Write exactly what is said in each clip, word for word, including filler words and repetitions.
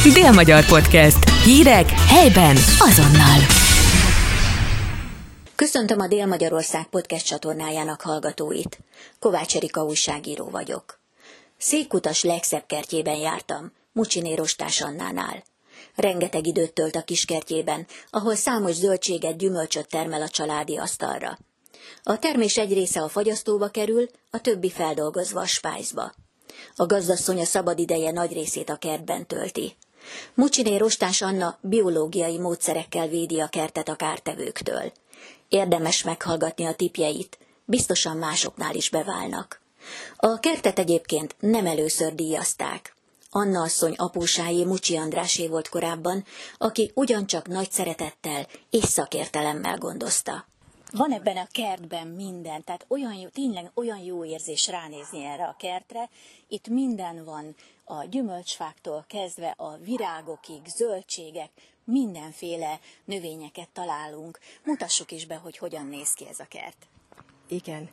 Dél-Magyar Podcast. Hírek helyben azonnal. Köszöntöm a Dél-Magyarország Podcast csatornájának hallgatóit. Kovács Erika újságíró vagyok. Székutas legszebb kertjében jártam, Mucsiné Rostás Annánál. Rengeteg időt tölt a kiskertjében, ahol számos zöldséget, gyümölcsöt termel a családi asztalra. A termés egy része a fagyasztóba kerül, a többi feldolgozva a spájzba. A gazdasszony a szabadideje nagy részét a kertben tölti. Mucsiné Rostás Anna biológiai módszerekkel védi a kertet a kártevőktől. Érdemes meghallgatni a tippjeit, biztosan másoknál is beválnak. A kertet egyébként nem először díjazták. Anna asszony apósájé Mucsi Andrásé volt korábban, aki ugyancsak nagy szeretettel és szakértelemmel gondozta. Van ebben a kertben minden, tehát olyan jó, tényleg olyan jó érzés ránézni erre a kertre. Itt minden van, a gyümölcsfáktól kezdve a virágokig, zöldségek, mindenféle növényeket találunk. Mutassuk is be, hogy hogyan néz ki ez a kert. Igen,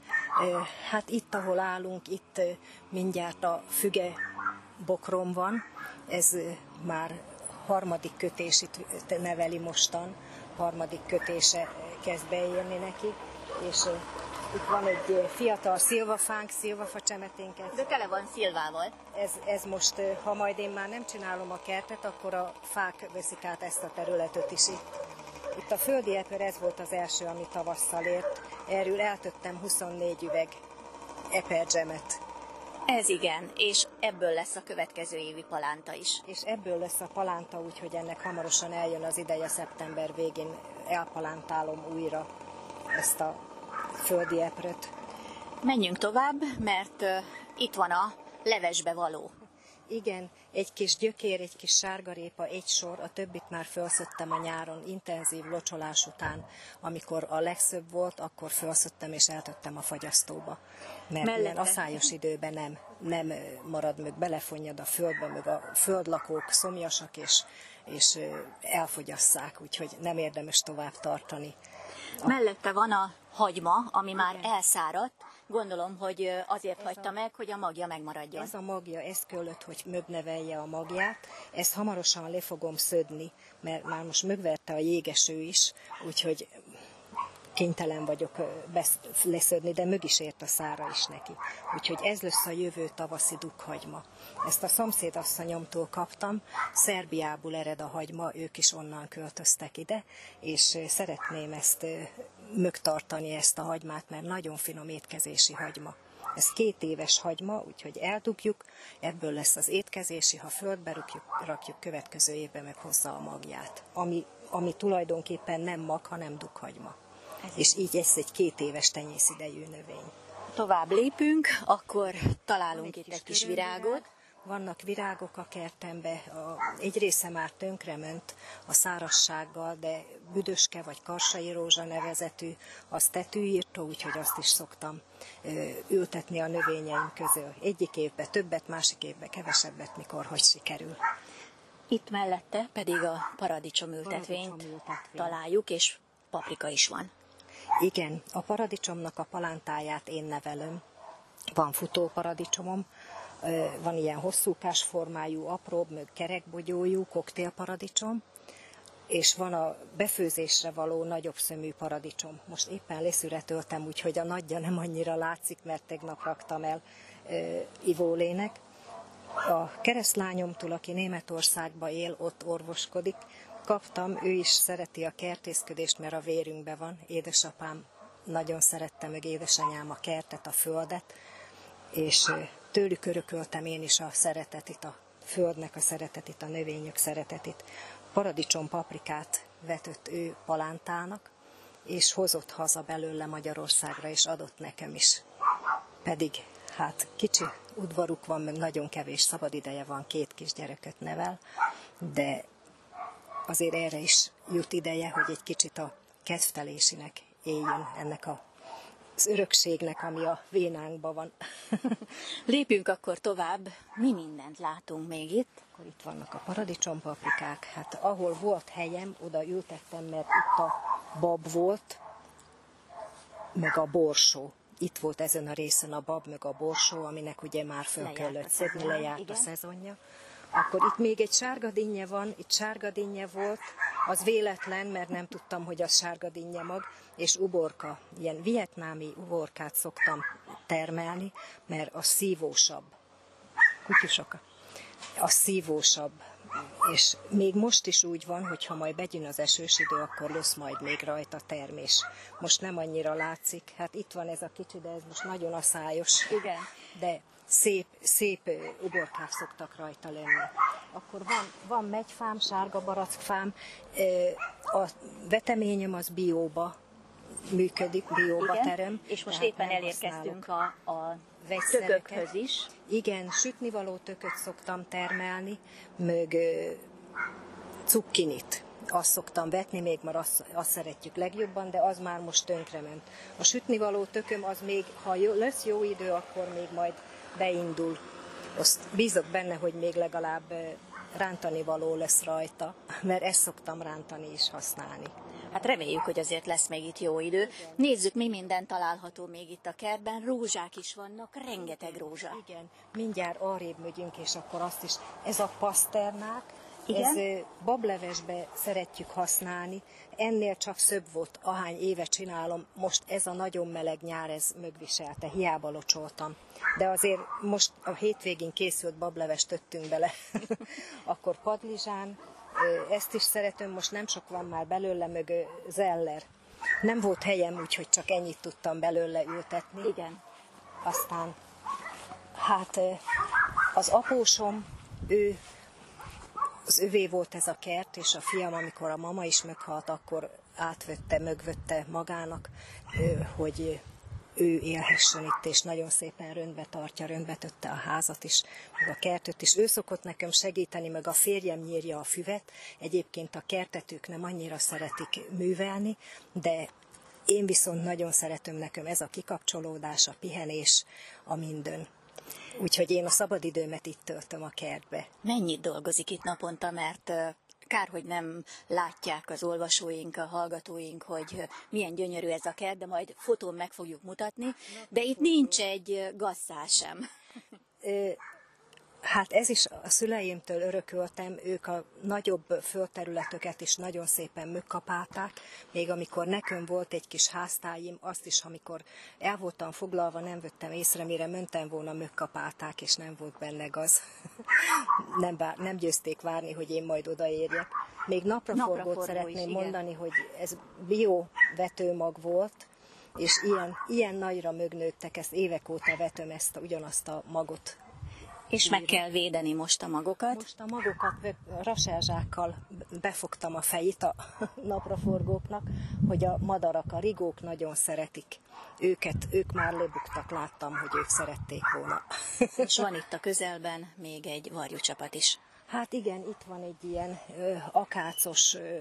hát itt, ahol állunk, itt mindjárt a füge bokrom van. Ez már harmadik kötését neveli mostan, harmadik kötése kezd beérni neki, és itt van egy fiatal szilvafánk, szilvafa csemeténket. De tele van szilvával. Ez, ez most, ha majd én már nem csinálom a kertet, akkor a fák veszik át ezt a területet is itt. Itt a földi eper, ez volt az első, ami tavasszal ért. Erről eltöttem huszonnégy üveg eperdzsemet. Ez igen, és ebből lesz a következő évi palánta is. És ebből lesz a palánta, úgyhogy ennek hamarosan eljön az ideje, szeptember végén elpalántálom újra ezt a földi epröt. Menjünk tovább, mert uh, itt van a levesbe való. Igen, egy kis gyökér, egy kis sárgarépa, egy sor, a többit már felszöttem a nyáron, intenzív locsolás után. Amikor a legszebb volt, akkor felszöttem és eltöttem a fagyasztóba. Mert Mellette. Aszályos időben nem, nem marad mög, belefonjad a földbe, mög a földlakók szomjasak és, és elfogyasszák, úgyhogy nem érdemes tovább tartani. Mellette van a hagyma, ami már Igen. elszáradt. Gondolom, hogy azért ez hagyta a, meg, hogy a magja megmaradjon. Ez a magja, ez kellett, hogy mögnevelje a magját. Ezt hamarosan le fogom szödni, mert már most mögverte a jégeső is, úgyhogy kénytelen vagyok leszödni, de mög is ért a szára is neki. Úgyhogy ez lesz a jövő tavaszi dukhagyma. Ezt a szomszédasszonyomtól kaptam, Szerbiából ered a hagyma, ők is onnan költöztek ide, és szeretném ezt mögtartani, ezt a hagymát, mert nagyon finom étkezési hagyma. Ez két éves hagyma, úgyhogy eldugjuk, ebből lesz az étkezési, ha földbe rakjuk, rakjuk következő évben meg hozzá a magját, ami, ami tulajdonképpen nem mag, hanem dukhagyma. Ez és így ez egy két éves tenyészidejű növény. Tovább lépünk, akkor találunk itt egy kis virágot. Vannak virágok a kertembe, a, egy része már tönkrement a szárazsággal, de büdöske vagy karsai rózsa nevezetű, az tetűírtó, úgyhogy azt is szoktam ö, ültetni a növényeim közül. Egyik évben többet, másik évben kevesebbet, mikor hogy sikerül. Itt mellette pedig a paradicsom ültetvényt találjuk, és paprika is van. Igen, a paradicsomnak a palántáját én nevelem. Van futó paradicsomom, van ilyen hosszúkás formájú, apróbb, meg kerekbogyójú koktélparadicsom, és van a befőzésre való nagyobb szömű paradicsom. Most éppen leszüretöltem, úgyhogy a nagyja nem annyira látszik, mert tegnap raktam el e, ivólének. A keresztlányomtól, aki Németországban él, ott orvoskodik, kaptam, ő is szereti a kertészkedést, mert a vérünkben van. Édesapám nagyon szerette, meg édesanyám a kertet, a földet, és tőlük örököltem én is a szeretetit, a földnek a szeretetit, a növények szeretetét. Paradicsom paprikát vetett ő palántának, és hozott haza belőle Magyarországra, és adott nekem is. Pedig hát kicsi udvaruk van, meg nagyon kevés szabadideje van, két kisgyereket nevel, de azért erre is jut ideje, hogy egy kicsit a kedvtelésének éljön ennek a az örökségnek, ami a vénánkban van. Lépjünk akkor tovább. Mi mindent látunk még itt? Akkor itt vannak a paradicsompaprikák. Hát ahol volt helyem, oda ültettem, mert itt a bab volt, meg a borsó. Itt volt ezen a részen a bab, meg a borsó, aminek ugye már föl kellett szedni, lejárt a szezonja. Akkor itt még egy sárgadinnye van, itt sárgadinnye volt, az véletlen, mert nem tudtam, hogy az sárgadinnye mag, és uborka, ilyen vietnámi uborkát szoktam termelni, mert az szívósabb. Kutyusoka. Az szívósabb. És még most is úgy van, hogy ha majd bejön az esős idő, akkor lesz majd még rajta termés. Most nem annyira látszik. Hát itt van ez a kicsi, de ez most nagyon aszályos. Igen. De szép, szép uborkák szoktak rajta lenni. Akkor van, van megyfám, sárga barackfám. A veteményem az bióba működik, bióba Igen. terem. És most éppen elérkeztünk a, a tökökhöz is. Igen, sütnivaló tököt szoktam termelni, meg cukkinit. Azt szoktam vetni, még már azt, azt szeretjük legjobban, de az már most tönkrement. A sütnivaló tököm az még, ha jó, lesz jó idő, akkor még majd beindul. Azt bízok benne, hogy még legalább rántani való lesz rajta, mert ezt szoktam rántani és használni. Hát reméljük, hogy azért lesz még itt jó idő. Igen. Nézzük, mi minden található még itt a kertben. Rózsák is vannak, rengeteg rózsa. Igen, mindjárt arrébb megyünk, és akkor azt is, ez a paszternák, igen? Ez bablevesbe szeretjük használni. Ennél csak szöbb volt, ahány éve csinálom. Most ez a nagyon meleg nyár, ez mögviselte, hiába locsoltam. De azért most a hétvégén készült bablevest tettünk bele. Akkor padlizsán, ezt is szeretem, most nem sok van már belőle, meg zeller. Nem volt helyem, úgyhogy csak ennyit tudtam belőle ültetni. Igen. Aztán, hát az apósom, ő, az övé volt ez a kert, és a fiam, amikor a mama is meghalt, akkor átvette, mögvette magának, hogy ő élhessen itt, és nagyon szépen röndbe tartja, röndbe tette a házat is, meg a kertet is. Ő szokott nekem segíteni, meg a férjem nyírja a füvet. Egyébként a kertet ők nem annyira szeretik művelni, de én viszont nagyon szeretem, nekem ez a kikapcsolódás, a pihenés, a minden. Úgyhogy én a szabadidőmet itt töltöm a kertbe. Mennyit dolgozik itt naponta, mert kár, hogy nem látják az olvasóink, a hallgatóink, hogy milyen gyönyörű ez a kert, de majd fotón meg fogjuk mutatni. De itt nincs egy gasszás sem. Hát ez is a szüleimtől örököltem, ők a nagyobb földterületeket is nagyon szépen megkapálták, még amikor nekem volt egy kis háztájim, azt is, amikor el voltam foglalva, nem vettem észre, mire mentem volna, megkapálták, és nem volt benne gaz. nem, bár, nem győzték várni, hogy én majd odaérjek. Még napraforgót szeretném is, mondani, hogy ez biovetőmag volt, és ilyen, ilyen nagyra mögnőttek, ezt évek óta vetöm ezt, ugyanazt a magot. És meg kell védeni most a magokat? Most a magokat raserzsákkal befogtam a fejét a napraforgóknak, hogy a madarak, a rigók nagyon szeretik. Őket, ők már lebuktak, láttam, hogy ők szerették volna. És van itt a közelben még egy varjúcsapat is. Hát igen, itt van egy ilyen ö, akácos, ö,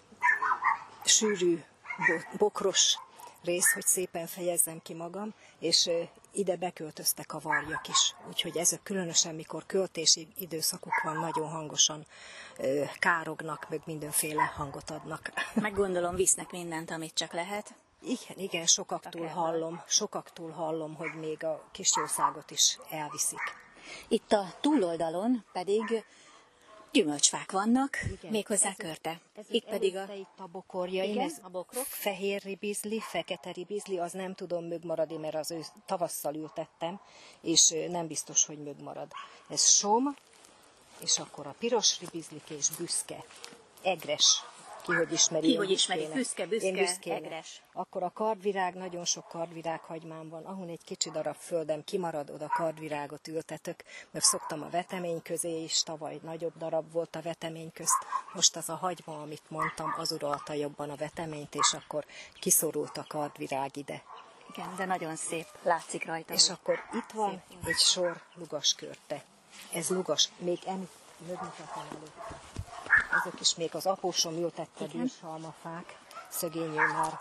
sűrű, bokros rész, hogy szépen fejezzem ki magam, és ö, ide beköltöztek a varjak is. Úgyhogy ezek különösen, mikor költési időszakuk van, nagyon hangosan ö, kárognak, meg mindenféle hangot adnak. Meg gondolom visznek mindent, amit csak lehet. Igen, igen, sokaktól hallom, sokaktól hallom, hogy még a kisjószágot is elviszik. Itt a túloldalon pedig gyümölcsfák vannak, igen, méghozzá ez, körte. Ez itt pedig a... itt a bokorjaim, igen, ez a bokrok. Fehér ribizli, fekete ribizli, az nem tudom mögmaradni, mert az ő tavasszal ültettem, és nem biztos, hogy mögmarad. Ez som, és akkor a piros ribizlik és büszke, egres. Ki hogy ismeri? Ki hogy ismeri? Büszke, büszke, egres. Akkor a kardvirág, nagyon sok kardvirág hagymám van, ahol egy kicsi darab földem kimarad, oda kardvirágot ültetök, meg szoktam a vetemény közé is, tavaly nagyobb darab volt a vetemény közt. Most az a hagyma, amit mondtam, az uralta jobban a veteményt, és akkor kiszorult a kardvirág ide. Igen, de nagyon szép, látszik rajta. És akkor itt van szép. Egy sor lugaskörte. Ez lugas, még említ, megmutatom előtt. Ezek is még az apósom ültette bírsalmafák, szegény ő már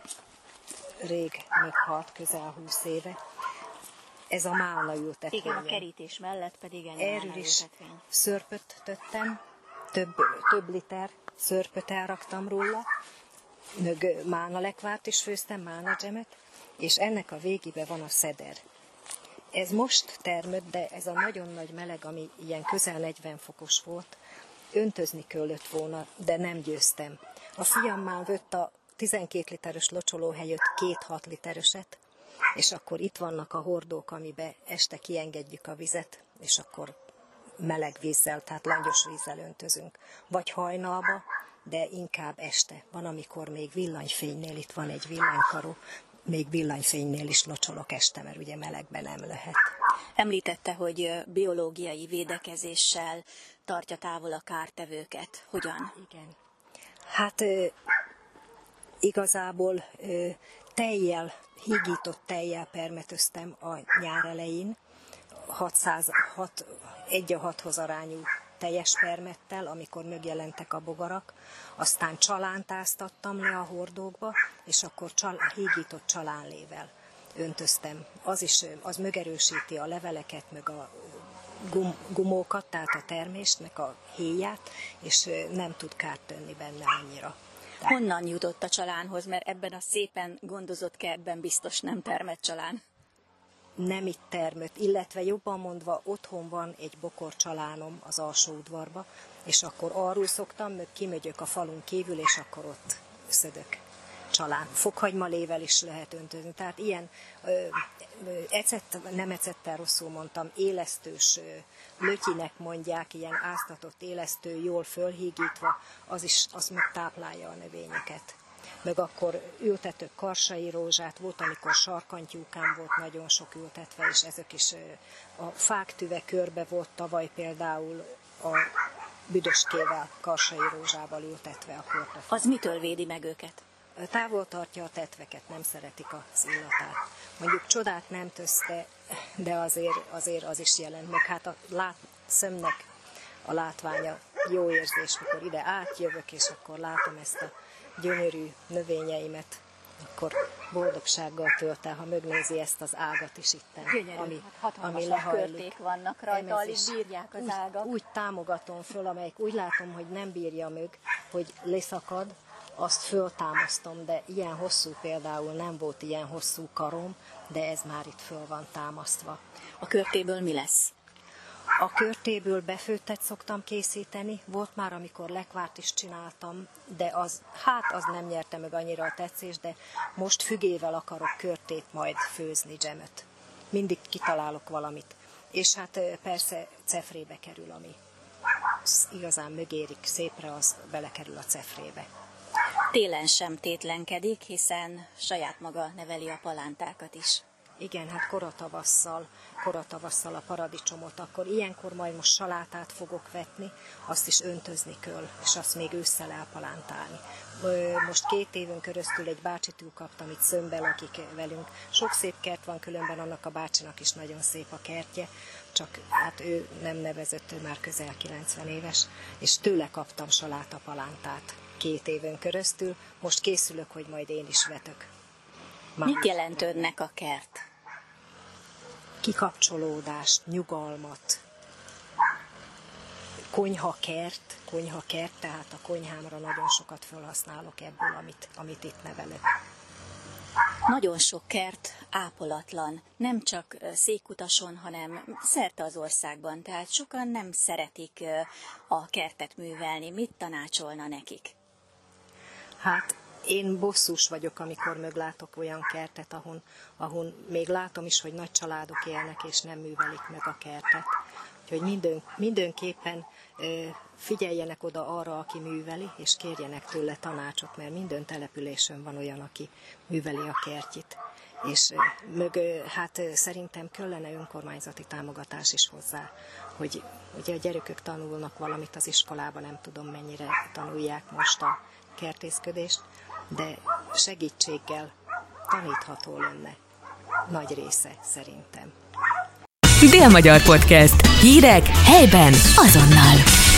rég meghalt, közel húsz éve. Ez a málna ültetvény. Igen, a kerítés mellett pedig egy erről is szörpöt tettem, több, több liter szörpöt elraktam róla, meg málna lekvárt is főztem, málna dzsemet, és ennek a végébe van a szeder. Ez most termett, de ez a nagyon nagy meleg, ami ilyen közel negyven fokos volt, öntözni kellett volna, de nem győztem. A fiam már vett a tizenkét literes locsoló helyett két hat litereset, és akkor itt vannak a hordók, amiben este kiengedjük a vizet, és akkor meleg vízzel, tehát langyos vízzel öntözünk. Vagy hajnalba, de inkább este. Van, amikor még villanyfénynél, itt van egy villanykaró, még villanyfénynél is locsolok este, mert ugye melegben nem lehet. Említette, hogy biológiai védekezéssel tartja távol a kártevőket. Hogyan? Igen. Hát igazából tejjel, hígított tejjel permetöztem a nyár elején, hatszázhat, egy a hathoz arányú teljes permettel, amikor megjelentek a bogarak, aztán csalántáztattam le a hordókba, és akkor csal, hígított csalánlével öntöztem. Az is, az megerősíti a leveleket, meg a gum, gumókat, tehát a termésnek a héját, és nem tud kárt tenni benne annyira. Honnan jutott a csalánhoz, mert ebben a szépen gondozott kertben biztos nem termett csalán? Nem itt termett, illetve jobban mondva otthon van egy bokorcsalánom az alsó udvarba, és akkor arról szoktam, meg kimegyök a falun kívül, és akkor ott szödök csalán. Fokhagymalével is lehet öntözni, tehát ilyen ö, ö, ecett, nem ecettel rosszul mondtam, élesztős ö, lötyinek mondják, ilyen áztatott élesztő, jól fölhígítva, az is az meg táplálja a növényeket. Meg akkor ültetök karsai rózsát, volt, amikor sarkantyúkám volt nagyon sok ültetve, és ezek is a fák tüve körbe volt tavaly például a büdöskével, karsai rózsával ültetve a körbe. Az mitől védi meg őket? Távol tartja a tetveket, nem szeretik az illatát. Mondjuk csodát nem tözte, de azért, azért az is jelent. Meg hát a lát, szemnek a látványa jó érzés, mikor ide átjövök, és akkor látom ezt a gyönyörű növényeimet, akkor boldogsággal tölt el, ha megnézi ezt az ágat is itten. Gyönyörű, ami, hát ami lehajlik. Körték vannak rajta, alig bírják az úgy, ágat. Úgy támogatom föl, amelyik úgy látom, hogy nem bírja meg, hogy leszakad, azt föltámasztom, de ilyen hosszú például nem volt ilyen hosszú karom, de ez már itt föl van támasztva. A körtéből mi lesz? A körtéből befőttet szoktam készíteni, volt már, amikor lekvárt is csináltam, de az, hát az nem nyerte meg annyira a tetszést, de most fügével akarok körtét majd főzni, dzsemöt. Mindig kitalálok valamit. És hát persze cefrébe kerül, ami igazán mögérik szépre, az belekerül a cefrébe. Télen sem tétlenkedik, hiszen saját maga neveli a palántákat is. Igen, hát koratavasszal, koratavasszal a paradicsomot, akkor ilyenkor majd most salátát fogok vetni, azt is öntözni kell, és azt még ősszel elpalántálni. Most két évön köröztül egy bácsitől kaptam itt Szömbbe, lakik velünk. Sok szép kert van, különben annak a bácsinak is nagyon szép a kertje, csak hát ő nem nevezett, ő már közel kilencven éves, és tőle kaptam salátapalántát két évön köröztül. Most készülök, hogy majd én is vetök. Már mit jelent önnek a kert? Kikapcsolódást, nyugalmat, konyhakert, konyhakert, tehát a konyhámra nagyon sokat felhasználok ebből, amit, amit itt nevelek. Nagyon sok kert ápolatlan, nem csak Székutason, hanem szerte az országban, tehát sokan nem szeretik a kertet művelni. Mit tanácsolna nekik? Hát én bosszús vagyok, amikor meglátok olyan kertet, ahol, ahol még látom is, hogy nagy családok élnek, és nem művelik meg a kertet. Úgyhogy minden, mindenképpen figyeljenek oda arra, aki műveli, és kérjenek tőle tanácsot, mert minden településen van olyan, aki műveli a kertjét. És mög, hát szerintem kellene önkormányzati támogatás is hozzá, hogy ugye a gyerekek tanulnak valamit az iskolában, nem tudom mennyire tanulják most a kertészködést, de segítséggel tanítható lenne nagy része szerintem. Dél-Magyar Podcast. Hírek helyben azonnal.